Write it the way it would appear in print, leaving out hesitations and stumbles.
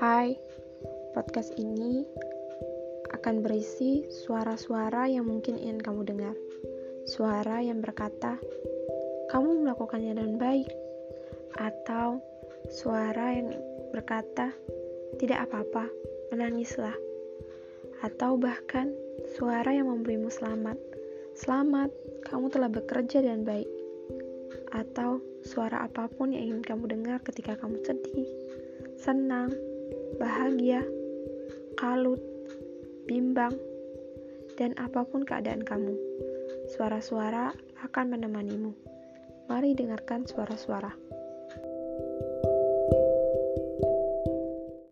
Hai, podcast ini akan berisi suara-suara yang mungkin ingin kamu dengar. Suara yang berkata, kamu melakukannya dengan baik. Atau suara yang berkata, tidak apa-apa, menangislah. Atau bahkan suara yang memberimu selamat. Selamat, kamu telah bekerja dengan baik. Atau suara apapun yang ingin kamu dengar ketika kamu sedih, senang, bahagia, kalut, bimbang, dan apapun keadaan kamu. Suara-suara akan menemanimu. Mari dengarkan suara-suara.